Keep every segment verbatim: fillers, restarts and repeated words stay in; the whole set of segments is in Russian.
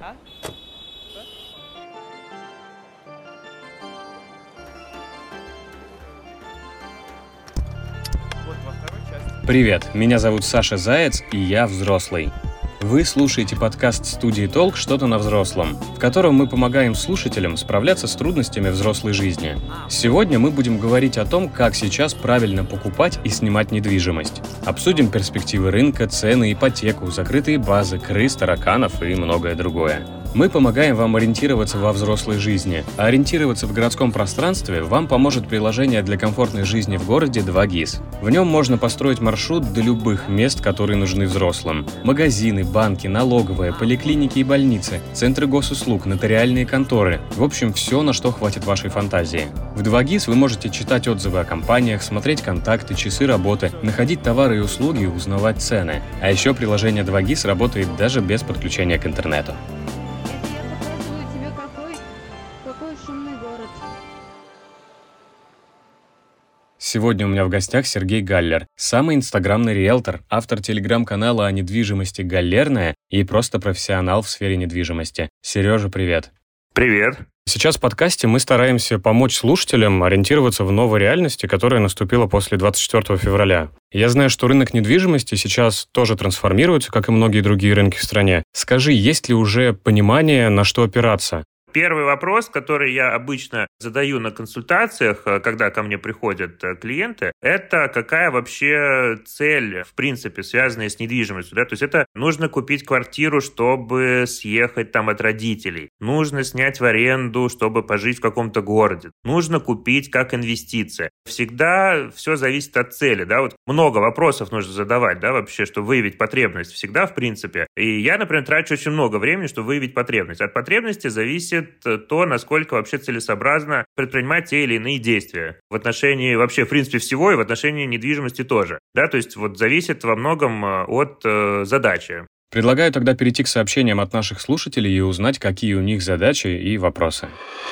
А? Что? Вот во второй части. Привет, меня зовут Саша Заяц, и я взрослый. Вы слушаете подкаст студии «Толк. Что-то на взрослом», в котором мы помогаем слушателям справляться с трудностями взрослой жизни. Сегодня мы будем говорить о том, как сейчас правильно покупать и снимать недвижимость. Обсудим перспективы рынка, цены, ипотеку, закрытые базы, крыс, тараканов и многое другое. Мы помогаем вам ориентироваться во взрослой жизни, а ориентироваться в городском пространстве вам поможет приложение для комфортной жизни в городе два гис. В нем можно построить маршрут до любых мест, которые нужны взрослым. Магазины, банки, налоговые, поликлиники и больницы, центры госуслуг, нотариальные конторы. В общем, все, на что хватит вашей фантазии. В два гис вы можете читать отзывы о компаниях, смотреть контакты, часы работы, находить товары и услуги и узнавать цены. А еще приложение два гис работает даже без подключения к интернету. Сегодня у меня в гостях Сергей Галлер, самый инстаграмный риэлтор, автор телеграм-канала о недвижимости «Галлерная» и просто профессионал в сфере недвижимости. Сережа, привет. Привет. Сейчас в подкасте мы стараемся помочь слушателям ориентироваться в новой реальности, которая наступила после двадцать четвёртого февраля. Я знаю, что рынок недвижимости сейчас тоже трансформируется, как и многие другие рынки в стране. Скажи, есть ли уже понимание, на что опираться? Первый вопрос, который я обычно задаю на консультациях, когда ко мне приходят клиенты, это какая вообще цель, в принципе, связанная с недвижимостью. Да? То есть это нужно купить квартиру, чтобы съехать там от родителей. Нужно снять в аренду, чтобы пожить в каком-то городе. Нужно купить как инвестиция. Всегда все зависит от цели. Да? Вот много вопросов нужно задавать, да, вообще, чтобы выявить потребность. Всегда, в принципе. И я, например, трачу очень много времени, чтобы выявить потребность. От потребности зависит то, насколько вообще целесообразно предпринимать те или иные действия в отношении вообще, в принципе, всего и в отношении недвижимости тоже. Да, то есть вот зависит во многом от э, задачи. Предлагаю тогда перейти к сообщениям от наших слушателей и узнать, какие у них задачи и вопросы.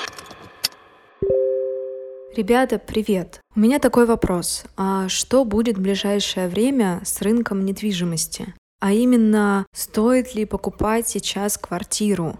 Ребята, привет! У меня такой вопрос. А что будет в ближайшее время с рынком недвижимости? А именно, стоит ли покупать сейчас квартиру?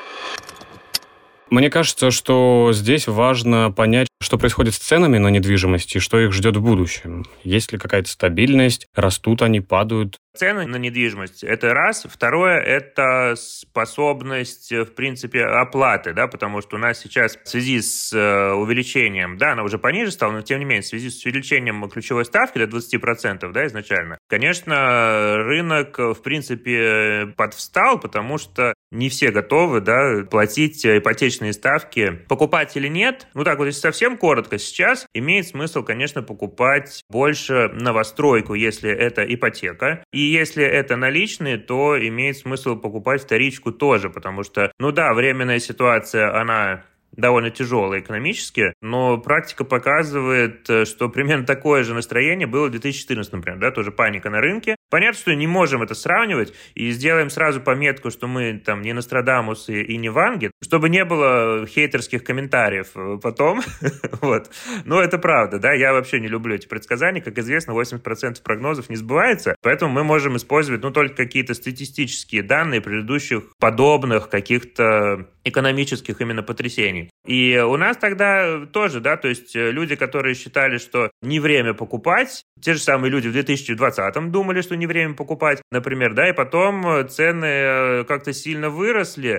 Мне кажется, что здесь важно понять, что происходит с ценами на недвижимость и что их ждет в будущем. Есть ли какая-то стабильность, растут они, падают? Цены на недвижимость – это раз. Второе – это способность, в принципе, оплаты, да, потому что у нас сейчас в связи с увеличением, да, она уже пониже стала, но тем не менее, в связи с увеличением ключевой ставки до двадцать процентов, да, изначально, конечно, рынок, в принципе, подвстал, потому что не все готовы, да, платить ипотечные ставки. Покупать или нет? Ну так вот, если совсем коротко, сейчас имеет смысл, конечно, покупать больше новостройку, если это ипотека. И если это наличные, то имеет смысл покупать вторичку тоже, потому что, ну да, временная ситуация, она довольно тяжелая экономически, но практика показывает, что примерно такое же настроение было в две тысячи четырнадцатом, например, да, тоже паника на рынке. Понятно, что не можем это сравнивать, и сделаем сразу пометку, что мы там не Нострадамус и, и не Ванги, чтобы не было хейтерских комментариев потом, вот. Но это правда, да, я вообще не люблю эти предсказания, как известно, восемьдесят процентов прогнозов не сбывается, поэтому мы можем использовать, ну, только какие-то статистические данные предыдущих подобных каких-то экономических именно потрясений. И у нас тогда тоже, да, то есть люди, которые считали, что не время покупать, те же самые люди в две тысячи двадцатом думали, что не время покупать, например, да, и потом цены как-то сильно выросли,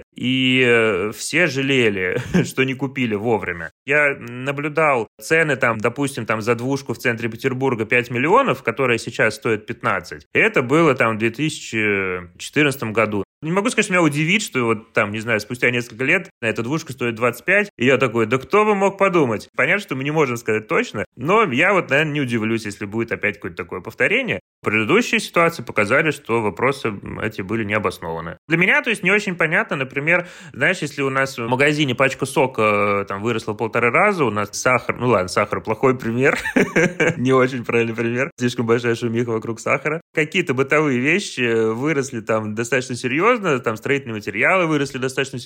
и все жалели, что не купили вовремя. Я наблюдал цены там, допустим, там за двушку в центре Петербурга пять миллионов, которая сейчас стоит пятнадцать. И это было там в две тысячи четырнадцатом году. Не могу сказать, что меня удивит, что вот там, не знаю, спустя несколько лет эта двушка стоит двадцать пять, и я такой, да кто бы мог подумать? Понятно, что мы не можем сказать точно, но я вот, наверное, не удивлюсь, если будет опять какое-то такое повторение. Предыдущие ситуации показали, что вопросы эти были необоснованы. Для меня, то есть, не очень понятно, например, знаешь, если у нас в магазине пачка сока там выросла в полтора раза, у нас сахар, ну ладно, сахар плохой пример, не очень правильный пример, слишком большая шумиха вокруг сахара. Какие-то бытовые вещи выросли там достаточно серьезно, там строительные материалы выросли достаточно серьезно,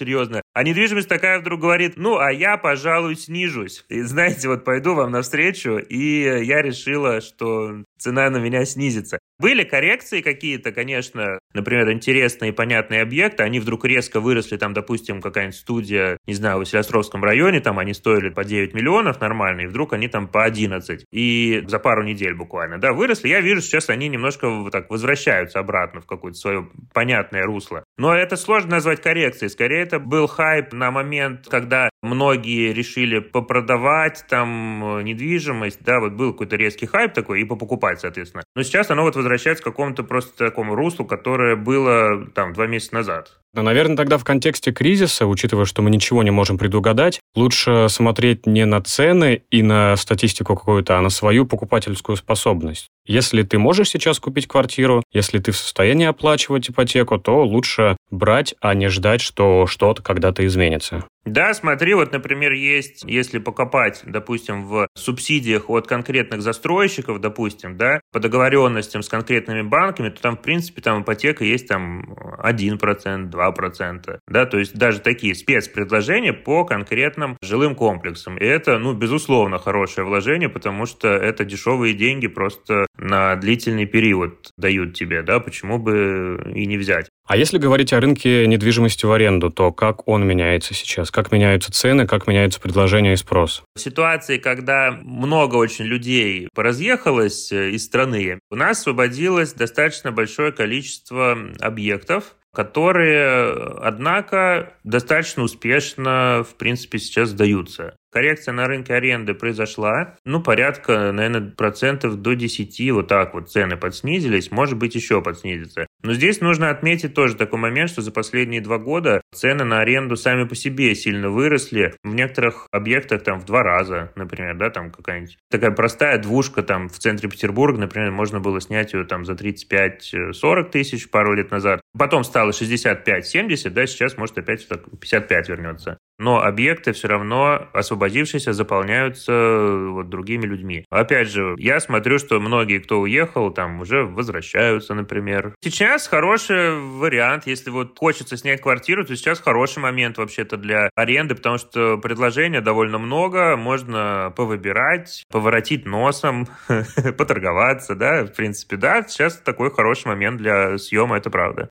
А недвижимость такая вдруг говорит, ну, а я, пожалуй, снижусь. И знаете, вот пойду вам навстречу, и я решила, что цена на меня снизится. Были коррекции какие-то, конечно, например, интересные и понятные объекты, они вдруг резко выросли, там, допустим, какая-нибудь студия, не знаю, в Василиостровском районе, там они стоили по девять миллионов нормально, и вдруг они там по одиннадцать. И за пару недель буквально, да, выросли. Я вижу, сейчас они немножко вот так возвращаются обратно в какое-то свое понятное русло. Но это сложно назвать коррекцией. Скорее, это был хайп на момент, когда многие решили попродавать там недвижимость, да, вот был какой-то резкий хайп такой, и попокупать, соответственно. Но сейчас оно вот возвращается к какому-то просто такому руслу, которое было там два месяца назад. Но, наверное, тогда в контексте кризиса, учитывая, что мы ничего не можем предугадать, лучше смотреть не на цены и на статистику какую-то, а на свою покупательскую способность. Если ты можешь сейчас купить квартиру, если ты в состоянии оплачивать ипотеку, то лучше брать, а не ждать, что что-то когда-то изменится. Да, смотри, вот, например, есть, если покупать, допустим, в субсидиях от конкретных застройщиков, допустим, да, по договоренностям с конкретными банками, то там, в принципе, там ипотека есть там один процент, два процента, да, то есть даже такие спецпредложения по конкретным жилым комплексам. И это, ну, безусловно, хорошее вложение, потому что это дешевые деньги просто на длительный период дают тебе, да, почему бы и не взять. А если говорить о рынке недвижимости в аренду, то как он меняется сейчас? Как меняются цены, как меняются предложения и спрос? В ситуации, когда много очень людей поразъехалось из страны, у нас освободилось достаточно большое количество объектов, которые, однако, достаточно успешно, в принципе, сейчас сдаются. Коррекция на рынке аренды произошла, ну, порядка, наверное, процентов до десяти, вот так вот цены подснизились, может быть, еще подснизится. Но здесь нужно отметить тоже такой момент, что за последние два года цены на аренду сами по себе сильно выросли. В некоторых объектах там в два раза, например, да, там какая-нибудь такая простая двушка там в центре Петербурга, например, можно было снять ее там за тридцать пять - сорок тысяч пару лет назад. Потом стало шестьдесят пять - семьдесят, да, сейчас может опять так пятьдесят пять вернется. Но объекты все равно, освободившиеся, заполняются вот другими людьми. Опять же, я смотрю, что многие, кто уехал, там уже возвращаются, например. Сейчас хороший вариант, если вот хочется снять квартиру, то сейчас хороший момент вообще-то для аренды, потому что предложений довольно много, можно повыбирать, поворотить носом, поторговаться, да, в принципе, да, сейчас такой хороший момент для съема, это правда.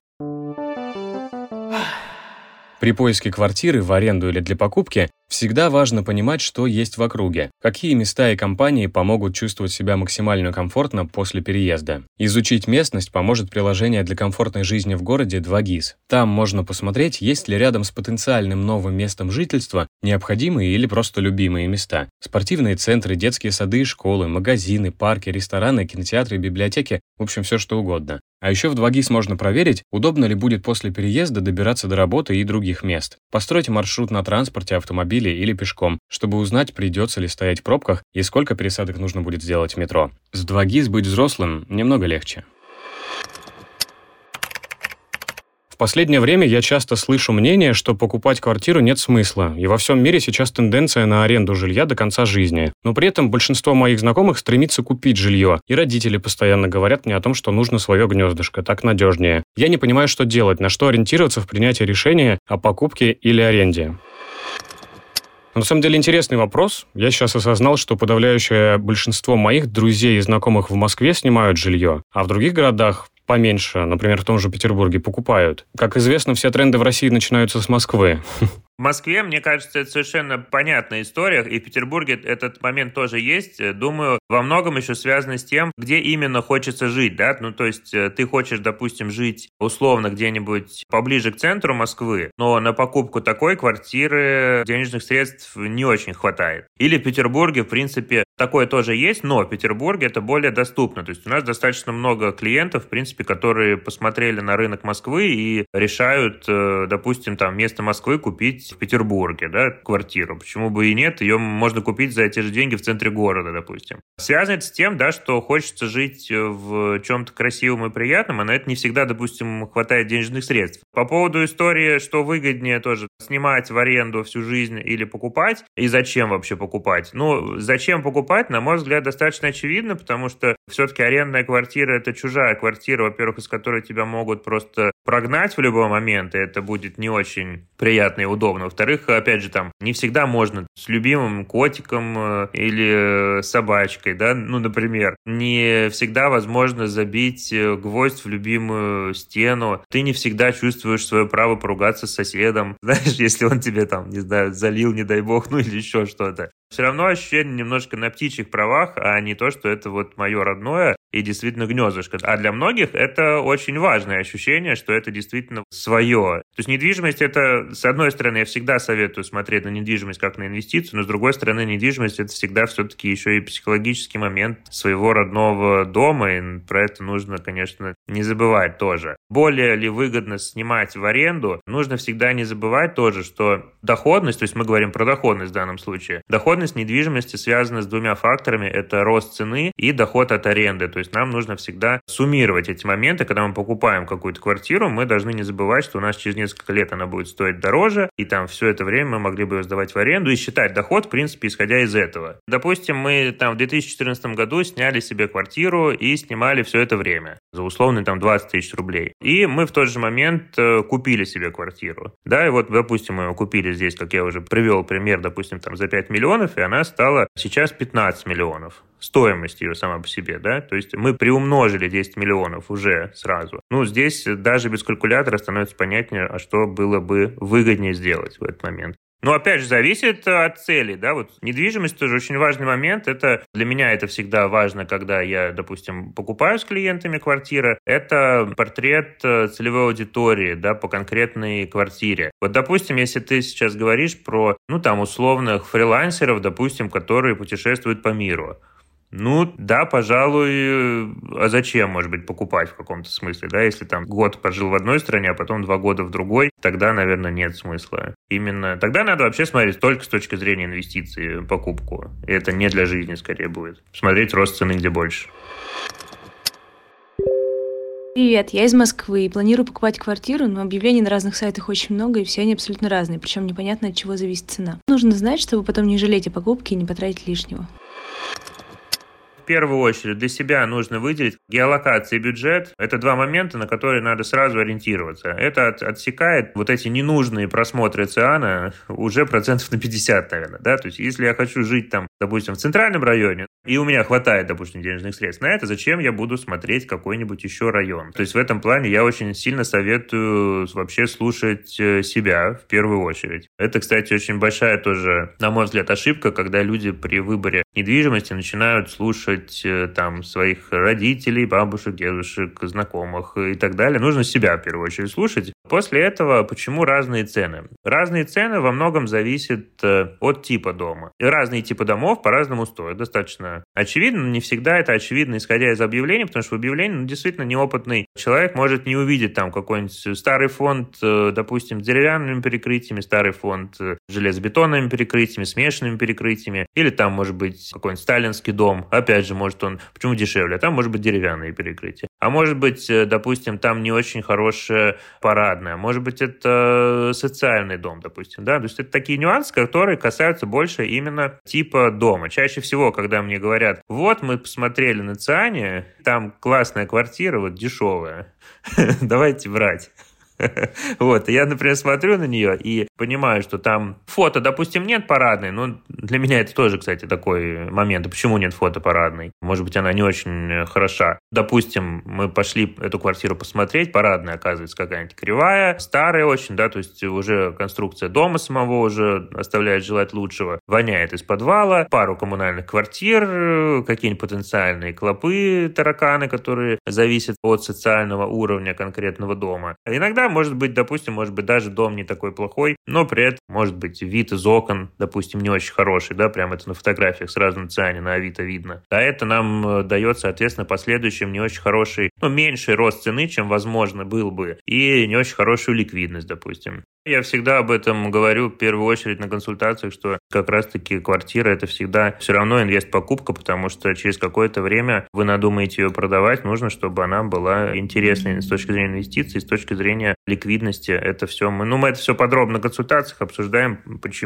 При поиске квартиры в аренду или для покупки всегда важно понимать, что есть в округе, какие места и компании помогут чувствовать себя максимально комфортно после переезда. Изучить местность поможет приложение для комфортной жизни в городе два гис. Там можно посмотреть, есть ли рядом с потенциальным новым местом жительства необходимые или просто любимые места. Спортивные центры, детские сады и школы, магазины, парки, рестораны, кинотеатры, библиотеки, в общем, все что угодно. А еще в два гис можно проверить, удобно ли будет после переезда добираться до работы и других мест. Постройте маршрут на транспорте, автомобиле или пешком, чтобы узнать, придется ли стоять в пробках и сколько пересадок нужно будет сделать в метро. С два гис быть взрослым немного легче. В последнее время я часто слышу мнение, что покупать квартиру нет смысла, и во всем мире сейчас тенденция на аренду жилья до конца жизни. Но при этом большинство моих знакомых стремится купить жилье, и родители постоянно говорят мне о том, что нужно свое гнездышко, так надежнее. Я не понимаю, что делать, на что ориентироваться в принятии решения о покупке или аренде. На самом деле интересный вопрос. Я сейчас осознал, что подавляющее большинство моих друзей и знакомых в Москве снимают жилье, а в других городах поменьше, например, в том же Петербурге, покупают. Как известно, все тренды в России начинаются с Москвы. В Москве, мне кажется, это совершенно понятная история, и в Петербурге этот момент тоже есть. Думаю, во многом еще связано с тем, где именно хочется жить, да, ну, то есть ты хочешь, допустим, жить условно где-нибудь поближе к центру Москвы, но на покупку такой квартиры денежных средств не очень хватает. Или в Петербурге, в принципе, такое тоже есть, но в Петербурге это более доступно, то есть у нас достаточно много клиентов, в принципе, которые посмотрели на рынок Москвы и решают, допустим, там, вместо Москвы купить в Петербурге, да, квартиру. Почему бы и нет? Ее можно купить за те же деньги в центре города, допустим. Связано это с тем, да, что хочется жить в чем-то красивом и приятном, а на это не всегда, допустим, хватает денежных средств. По поводу истории, что выгоднее тоже снимать в аренду всю жизнь или покупать, и зачем вообще покупать? Ну, зачем покупать? покупать, на мой взгляд, достаточно очевидно, потому что все-таки арендная квартира – это чужая квартира, во-первых, из которой тебя могут просто прогнать в любой момент, и это будет не очень приятно и удобно. Во-вторых, опять же, там не всегда можно с любимым котиком или собачкой, да, ну, например, не всегда возможно забить гвоздь в любимую стену, ты не всегда чувствуешь свое право поругаться с соседом, знаешь, если он тебе там, не знаю, залил, не дай бог, ну или еще что-то. Все равно ощущение немножко на птичьих правах, а не то, что это вот мое родное и действительно гнездышко. А для многих это очень важное ощущение, что это действительно свое. То есть недвижимость — это, с одной стороны, я всегда советую смотреть на недвижимость как на инвестицию, но с другой стороны, недвижимость — это всегда все-таки еще и психологический момент своего родного дома, и про это нужно, конечно, не забывать тоже. Более ли выгодно снимать в аренду, нужно всегда не забывать тоже, что доходность, то есть мы говорим про доходность в данном случае, доходность недвижимости связана с двумя факторами. Это рост цены и доход от аренды. То есть нам нужно всегда суммировать эти моменты. Когда мы покупаем какую-то квартиру, мы должны не забывать, что у нас через несколько лет она будет стоить дороже, и там все это время мы могли бы ее сдавать в аренду и считать доход, в принципе, исходя из этого. Допустим, мы там в две тысячи четырнадцатом году сняли себе квартиру и снимали все это время за условные там двадцать тысяч рублей. И мы в тот же момент купили себе квартиру. Да, и вот, допустим, мы ее купили здесь, как я уже привел пример, допустим, там за пять миллионов, и она стала сейчас пятнадцать миллионов. Стоимость ее сама по себе, да, то есть мы приумножили десять миллионов уже сразу. Ну, здесь даже без калькулятора становится понятнее, а что было бы выгоднее сделать в этот момент. Но, опять же, зависит от цели, да, вот недвижимость тоже очень важный момент, это для меня это всегда важно, когда я, допустим, покупаю с клиентами квартиры, это портрет целевой аудитории, да, по конкретной квартире. Вот, допустим, если ты сейчас говоришь про, ну, там, условных фрилансеров, допустим, которые путешествуют по миру, ну, да, пожалуй, а зачем, может быть, покупать в каком-то смысле, да, если там год пожил в одной стране, а потом два года в другой, тогда, наверное, нет смысла. Именно тогда надо вообще смотреть только с точки зрения инвестиций покупку. И это не для жизни, скорее, будет. Смотреть рост цены где больше. Привет, я из Москвы и планирую покупать квартиру, но объявлений на разных сайтах очень много, и все они абсолютно разные, причем непонятно, от чего зависит цена. Нужно знать, чтобы потом не жалеть о покупке и не потратить лишнего. В первую очередь для себя нужно выделить геолокация и бюджет. Это два момента, на которые надо сразу ориентироваться. Это от, отсекает вот эти ненужные просмотры циана уже процентов на пятьдесят, наверное. Да? То есть если я хочу жить там, допустим, в центральном районе, и у меня хватает, допустим, денежных средств на это, зачем я буду смотреть какой-нибудь еще район? То есть в этом плане я очень сильно советую вообще слушать себя в первую очередь. Это, кстати, очень большая тоже, на мой взгляд, ошибка, когда люди при выборе недвижимости начинают слушать там своих родителей, бабушек, дедушек, знакомых и так далее. Нужно себя в первую очередь слушать. После этого почему разные цены? Разные цены во многом зависят от типа дома. И разные типы домов по-разному стоят. Достаточно очевидно, но не всегда это очевидно, исходя из объявлений, потому что в объявлении ну, действительно неопытный человек может не увидеть там какой-нибудь старый фонд, допустим, с деревянными перекрытиями, старый фонд с железобетонными перекрытиями, смешанными перекрытиями, или там может быть какой-нибудь сталинский дом. Опять же, может он, почему дешевле? А там может быть деревянные перекрытия. А может быть, допустим, там не очень хорошая парадная. Может быть, это социальный дом, допустим. Да? То есть это такие нюансы, которые касаются больше именно типа дома. Чаще всего, когда мне говорят, вот мы посмотрели на циане, там классная квартира, вот дешевая, давайте брать. Вот, я, например, смотрю на нее и понимаю, что там фото, допустим, нет парадной, но для меня это тоже, кстати, такой момент. Почему нет фото парадной? Может быть, она не очень хороша. Допустим, мы пошли эту квартиру посмотреть, парадная, оказывается, какая-нибудь кривая, старая очень, да, то есть уже конструкция дома самого уже оставляет желать лучшего. Воняет из подвала, пару коммунальных квартир, какие-нибудь потенциальные клопы, тараканы, которые зависят от социального уровня конкретного дома. Иногда может быть, допустим, может быть, даже дом не такой плохой, но при этом может быть вид из окон, допустим, не очень хороший, да, прям это на фотографиях сразу на циане, на Авито видно. А это нам дает, соответственно, последующим не очень хороший, ну, меньший рост цены, чем, возможно, был бы, и не очень хорошую ликвидность, допустим. Я всегда об этом говорю в первую очередь на консультациях, что как раз-таки квартира – это всегда все равно инвест-покупка, потому что через какое-то время вы надумаете ее продавать, нужно, чтобы она была интересной с точки зрения инвестиций, с точки зрения ликвидности. Это все мы, ну, мы это все подробно на консультациях обсуждаем, почему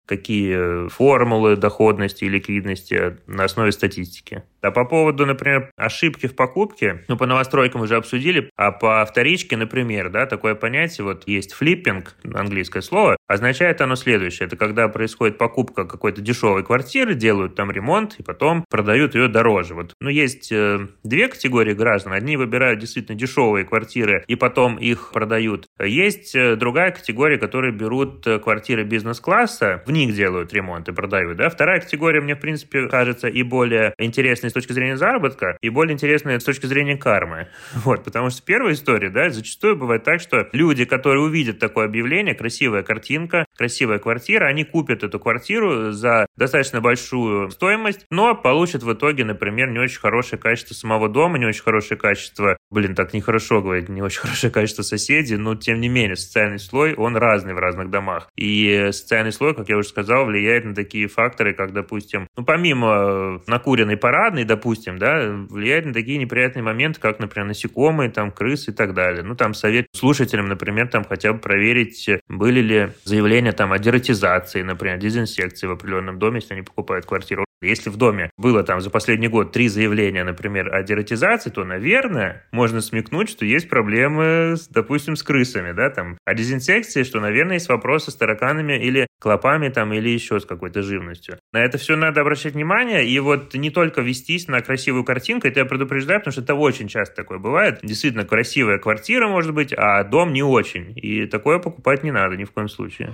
какие формулы доходности и ликвидности на основе статистики. А по поводу, например, ошибки в покупке, ну, по новостройкам уже обсудили, а по вторичке, например, да, такое понятие, вот есть флиппинг, английское слово, означает оно следующее. Это когда происходит покупка какой-то дешевой квартиры, делают там ремонт и потом продают ее дороже. Вот, ну, есть э, две категории граждан. Одни выбирают действительно дешевые квартиры и потом их продают. Есть э, другая категория, которые берут э, квартиры бизнес-класса, в них делают ремонт и продают. Да? Вторая категория мне, в принципе, кажется и более интересной с точки зрения заработка, и более интересная с точки зрения кармы. Вот, потому что первая история, да, зачастую бывает так, что люди, которые увидят такое объявление, красивая картинка, красивая квартира, они купят эту квартиру за достаточно большую стоимость, но получат в итоге, например, не очень хорошее качество самого дома, не очень хорошее качество, блин, так нехорошо говорить, не очень хорошее качество соседей, но тем не менее социальный слой, он разный в разных домах. И социальный слой, как я уже сказал, влияет на такие факторы, как, допустим, ну, помимо накуренной парадной, допустим, да, влияет на такие неприятные моменты, как, например, насекомые, там, крысы и так далее. Ну, там совет слушателям, например, там хотя бы проверить, были ли заявления там о дератизации, например, дезинсекции в определенном доме, если они покупают квартиру. Если в доме было там за последний год три заявления, например, о дератизации, то, наверное, можно смекнуть, что есть проблемы, с, допустим, с крысами, да, там, о дезинсекции, что, наверное, есть вопросы с тараканами или клопами, там, или еще с какой-то живностью. На это все надо обращать внимание, и вот не только вестись на красивую картинку, это я предупреждаю, потому что это очень часто такое бывает. Действительно, красивая квартира, может быть, а дом не очень, и такое покупать не надо ни в коем случае.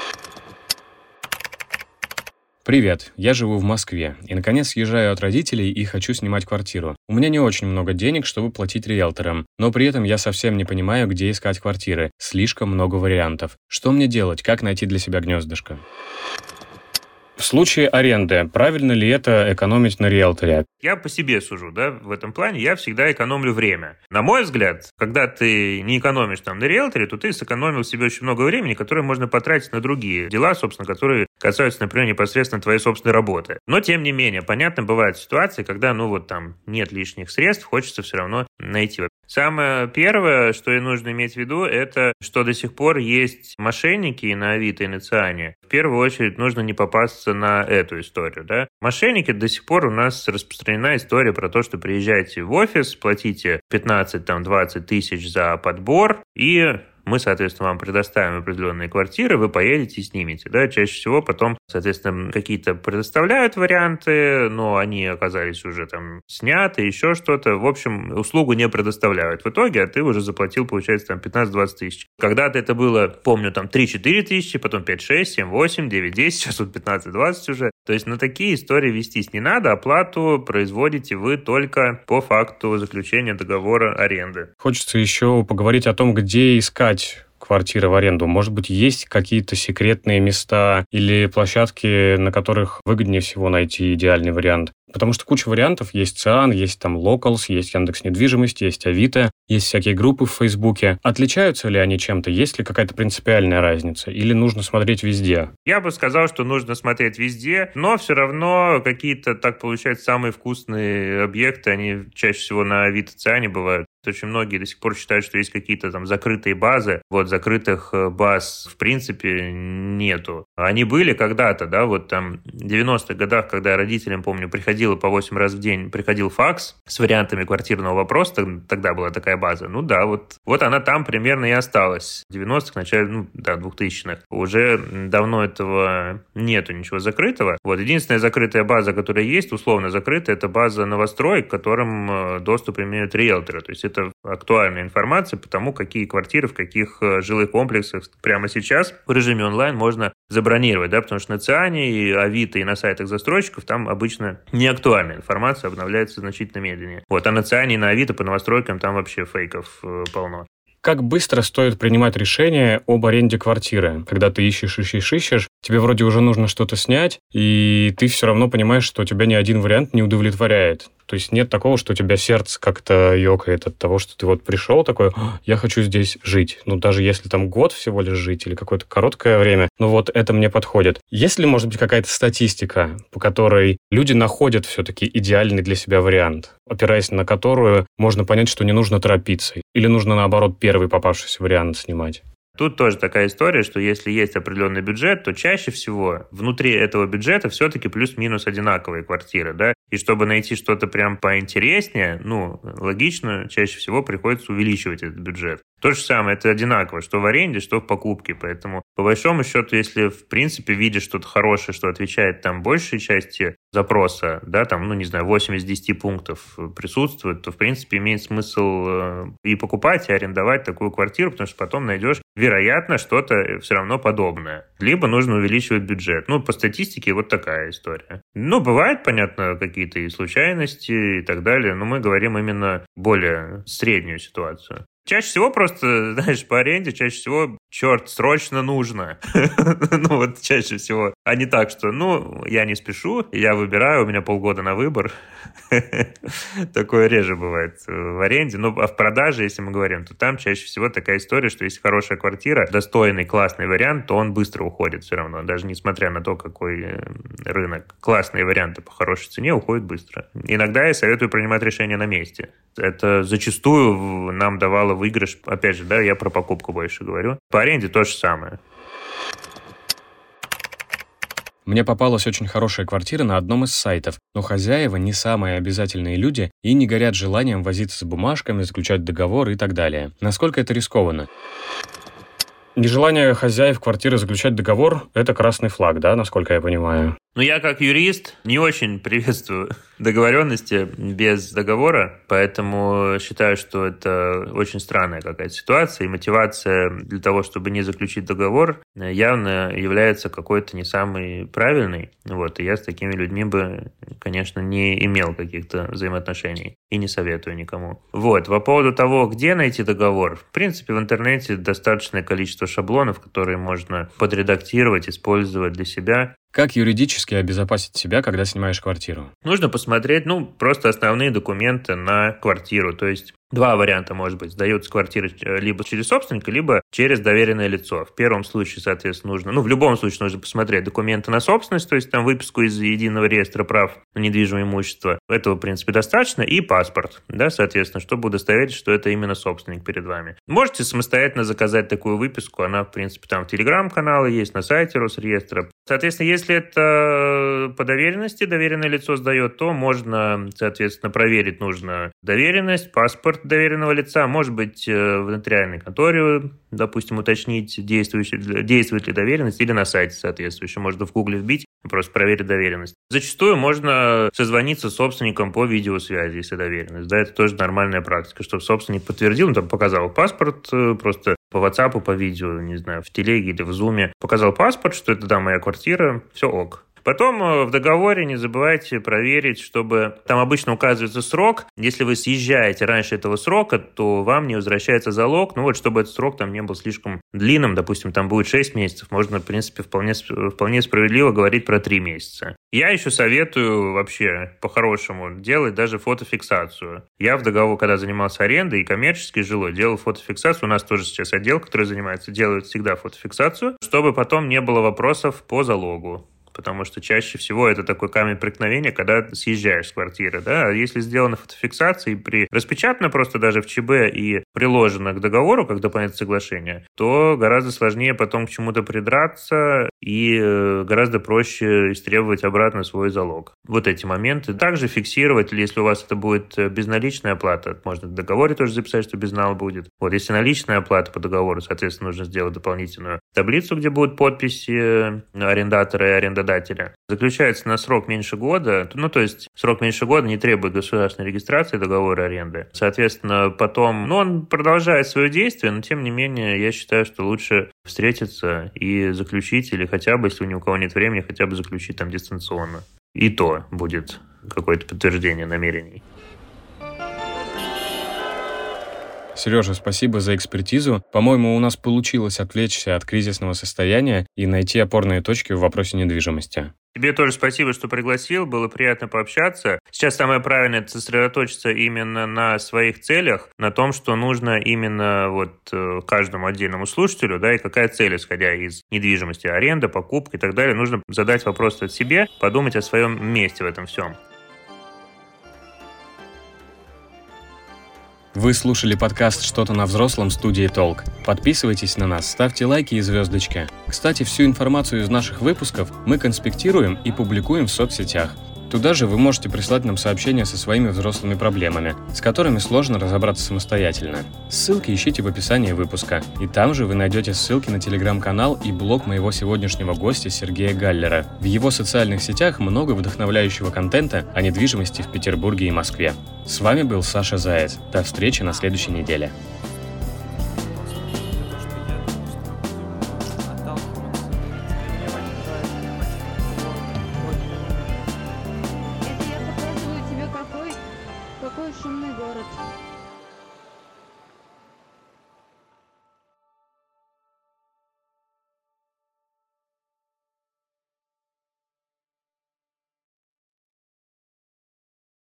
Привет, я живу в Москве и, наконец, съезжаю от родителей и хочу снимать квартиру. У меня не очень много денег, чтобы платить риэлторам, но при этом я совсем не понимаю, где искать квартиры. Слишком много вариантов. Что мне делать? Как найти для себя гнездышко? В случае аренды, правильно ли это экономить на риэлторе? Я по себе сужу, да, в этом плане я всегда экономлю время. На мой взгляд, когда ты не экономишь там на риэлторе, то ты сэкономил себе очень много времени, которое можно потратить на другие дела, собственно, которые касаются, например, непосредственно твоей собственной работы. Но, тем не менее, понятно, бывают ситуации, когда, ну, вот там нет лишних средств, хочется все равно найти. Самое первое, что и нужно иметь в виду, это что до сих пор есть мошенники на Авито и на Циане. В первую очередь нужно не попасться на эту историю, да. Мошенники до сих пор у нас распространена история про то, что приезжаете в офис, платите пятнадцать-двадцать тысяч за подбор и мы, соответственно, вам предоставим определенные квартиры, вы поедете и снимете, да, чаще всего потом, соответственно, какие-то предоставляют варианты, но они оказались уже там сняты, еще что-то, в общем, услугу не предоставляют в итоге, а ты уже заплатил, получается, там пятнадцать-двадцать тысяч. Когда-то это было, помню, там три-четыре тысячи, потом пять-шесть, семь-восемь, девять-десять, сейчас вот пятнадцать-двадцать уже. То есть на такие истории вестись не надо, оплату производите вы только по факту заключения договора аренды. Хочется еще поговорить о том, где искать квартиры в аренду. Может быть, есть какие-то секретные места или площадки, на которых выгоднее всего найти идеальный вариант? Потому что куча вариантов. Есть Циан, есть там Locals, есть Яндекс.Недвижимость, есть Авито, есть всякие группы в Фейсбуке. Отличаются ли они чем-то? Есть ли какая-то принципиальная разница? Или нужно смотреть везде? Я бы сказал, что нужно смотреть везде, но все равно какие-то, так получается, самые вкусные объекты, они чаще всего на Авито, Циане бывают. Очень многие до сих пор считают, что есть какие-то там закрытые базы. Вот закрытых баз в принципе нету. Они были когда-то, да, вот там в девяностых годах, когда я родителям, помню, приходило по восемь раз в день, приходил факс с вариантами квартирного вопроса, тогда была такая база. Ну да, вот, вот она там примерно и осталась. В девяностых, начале, ну да, двухтысячных. Уже давно этого нету, ничего закрытого. Вот единственная закрытая база, которая есть, условно закрытая, это база новостроек, к которым доступ имеют риэлторы. То есть это Это актуальная информация по тому, какие квартиры в каких жилых комплексах прямо сейчас в режиме онлайн можно забронировать, да, потому что на Циане и Авито и на сайтах застройщиков там обычно не актуальная информация, обновляется значительно медленнее. Вот, а на Циане и на Авито по новостройкам там вообще фейков э, полно. Как быстро стоит принимать решение об аренде квартиры? Когда ты ищешь, ищешь, ищешь, тебе вроде уже нужно что-то снять, и ты все равно понимаешь, что тебя ни один вариант не удовлетворяет. То есть нет такого, что у тебя сердце как-то ёкает от того, что ты вот пришел такой, я хочу здесь жить. Ну, даже если там год всего лишь жить или какое-то короткое время, ну вот это мне подходит. Есть ли, может быть, какая-то статистика, по которой люди находят все-таки идеальный для себя вариант, опираясь на которую можно понять, что не нужно торопиться? Или нужно, наоборот, первый попавшийся вариант снимать? Тут тоже такая история, что если есть определенный бюджет, то чаще всего внутри этого бюджета все-таки плюс-минус одинаковые квартиры, да, и чтобы найти что-то прям поинтереснее, ну, логично, чаще всего приходится увеличивать этот бюджет. То же самое, это одинаково, что в аренде, что в покупке, поэтому по большому счету, если в принципе видишь что-то хорошее, что отвечает там большей части запроса, да, там, ну, не знаю, восемь из десяти пунктов присутствует, то в принципе имеет смысл и покупать, и арендовать такую квартиру, потому что потом найдешь, вероятно, что-то все равно подобное. Либо нужно увеличивать бюджет. Ну, по статистике вот такая история. Ну, бывает, понятно, какие-то и случайности и так далее, но мы говорим именно более среднюю ситуацию. Чаще всего просто, знаешь, по аренде, чаще всего, черт, срочно нужно. Ну, вот чаще всего. А не так, что, ну, я не спешу, я выбираю, у меня полгода на выбор. Такое реже бывает в аренде. Ну, а в продаже, если мы говорим, то там чаще всего такая история, что если хорошая квартира, достойный, классный вариант, то он быстро уходит все равно. Даже несмотря на то, какой рынок. Классные варианты по хорошей цене уходят быстро. Иногда я советую принимать решение на месте. Это зачастую нам давало выигрыш. Опять же, да, я про покупку больше говорю. По аренде то же самое. Мне попалась очень хорошая квартира на одном из сайтов, но хозяева не самые обязательные люди и не горят желанием возиться с бумажками, заключать договор и так далее. Насколько это рискованно? Нежелание хозяев квартиры заключать договор – это красный флаг, да, насколько я понимаю? Ну, я как юрист не очень приветствую договоренности без договора, поэтому считаю, что это очень странная какая-то ситуация, и мотивация для того, чтобы не заключить договор, явно является какой-то не самой правильной. Вот, и я с такими людьми бы, конечно, не имел каких-то взаимоотношений и не советую никому. Вот, по поводу того, где найти договор, в принципе, в интернете достаточное количество шаблонов, которые можно подредактировать, использовать для себя. Как юридически обезопасить себя, когда снимаешь квартиру? Нужно посмотреть, ну, просто основные документы на квартиру. То есть два варианта, может быть. Сдаются квартиры либо через собственника, либо через доверенное лицо. В первом случае, соответственно, нужно, ну, в любом случае нужно посмотреть документы на собственность, то есть там выписку из Единого реестра прав на недвижимое имущество. Этого, в принципе, достаточно. И паспорт, да, соответственно, чтобы удостоверить, что это именно собственник перед вами. Можете самостоятельно заказать такую выписку. Она, в принципе, там в Телеграм-канале есть, на сайте Росреестра. Соответственно, если это по доверенности, доверенное лицо сдает, то можно, соответственно, проверить нужно доверенность, паспорт доверенного лица, может быть, в нотариальной конторе, допустим, уточнить, действует ли доверенность, или на сайте соответствующем. Можно в Гугле вбить, просто проверить доверенность. Зачастую можно созвониться с собственником по видеосвязи, если доверенность. Да, это тоже нормальная практика, чтобы собственник подтвердил, он там показал паспорт, просто по WhatsApp, по видео, не знаю, в телеге или в Zoom, показал паспорт, что это, да, моя квартира, все ок. Потом в договоре не забывайте проверить, чтобы там обычно указывается срок. Если вы съезжаете раньше этого срока, то вам не возвращается залог. Ну вот, чтобы этот срок там не был слишком длинным, допустим, там будет шесть месяцев, можно, в принципе, вполне, вполне справедливо говорить про три месяца. Я еще советую вообще по-хорошему делать даже фотофиксацию. Я в договоре, когда занимался арендой и коммерческой жилой, делал фотофиксацию. У нас тоже сейчас отдел, который занимается, делает всегда фотофиксацию, чтобы потом не было вопросов по залогу. Потому что чаще всего это такой камень преткновения, когда съезжаешь с квартиры, да, а если сделана фотофиксация и при... распечатана просто даже в ЧБ и приложена к договору, как дополнительное соглашение, то гораздо сложнее потом к чему-то придраться и гораздо проще истребовать обратно свой залог. Вот эти моменты. Также фиксировать, или если у вас это будет безналичная оплата, можно в договоре тоже записать, что безнал будет. Вот, если наличная оплата по договору, соответственно, нужно сделать дополнительную таблицу, где будут подписи арендатора и арендодателя. Заключается на срок меньше года, ну, то есть срок меньше года не требует государственной регистрации договора аренды. Соответственно, потом, ну, он продолжает свое действие, но, тем не менее, я считаю, что лучше встретиться и заключить, или хотя бы, если ни у кого нет времени, хотя бы заключить там дистанционно. И то будет какое-то подтверждение намерений. Сережа, спасибо за экспертизу. По-моему, у нас получилось отвлечься от кризисного состояния и найти опорные точки в вопросе недвижимости. Тебе тоже спасибо, что пригласил, было приятно пообщаться. Сейчас самое правильное – это сосредоточиться именно на своих целях, на том, что нужно именно вот каждому отдельному слушателю, да, и какая цель, исходя из недвижимости, аренда, покупка и так далее. Нужно задать вопрос от себе, подумать о своем месте в этом всем. Вы слушали подкаст «Что-то на взрослом» студии Толк. Подписывайтесь на нас, ставьте лайки и звездочки. Кстати, всю информацию из наших выпусков мы конспектируем и публикуем в соцсетях. Туда же вы можете прислать нам сообщения со своими взрослыми проблемами, с которыми сложно разобраться самостоятельно. Ссылки ищите в описании выпуска. И там же вы найдете ссылки на телеграм-канал и блог моего сегодняшнего гостя Сергея Галлера. В его социальных сетях много вдохновляющего контента о недвижимости в Петербурге и Москве. С вами был Саша Заяц. До встречи на следующей неделе. Это я показываю тебе, какой, какой шумный город.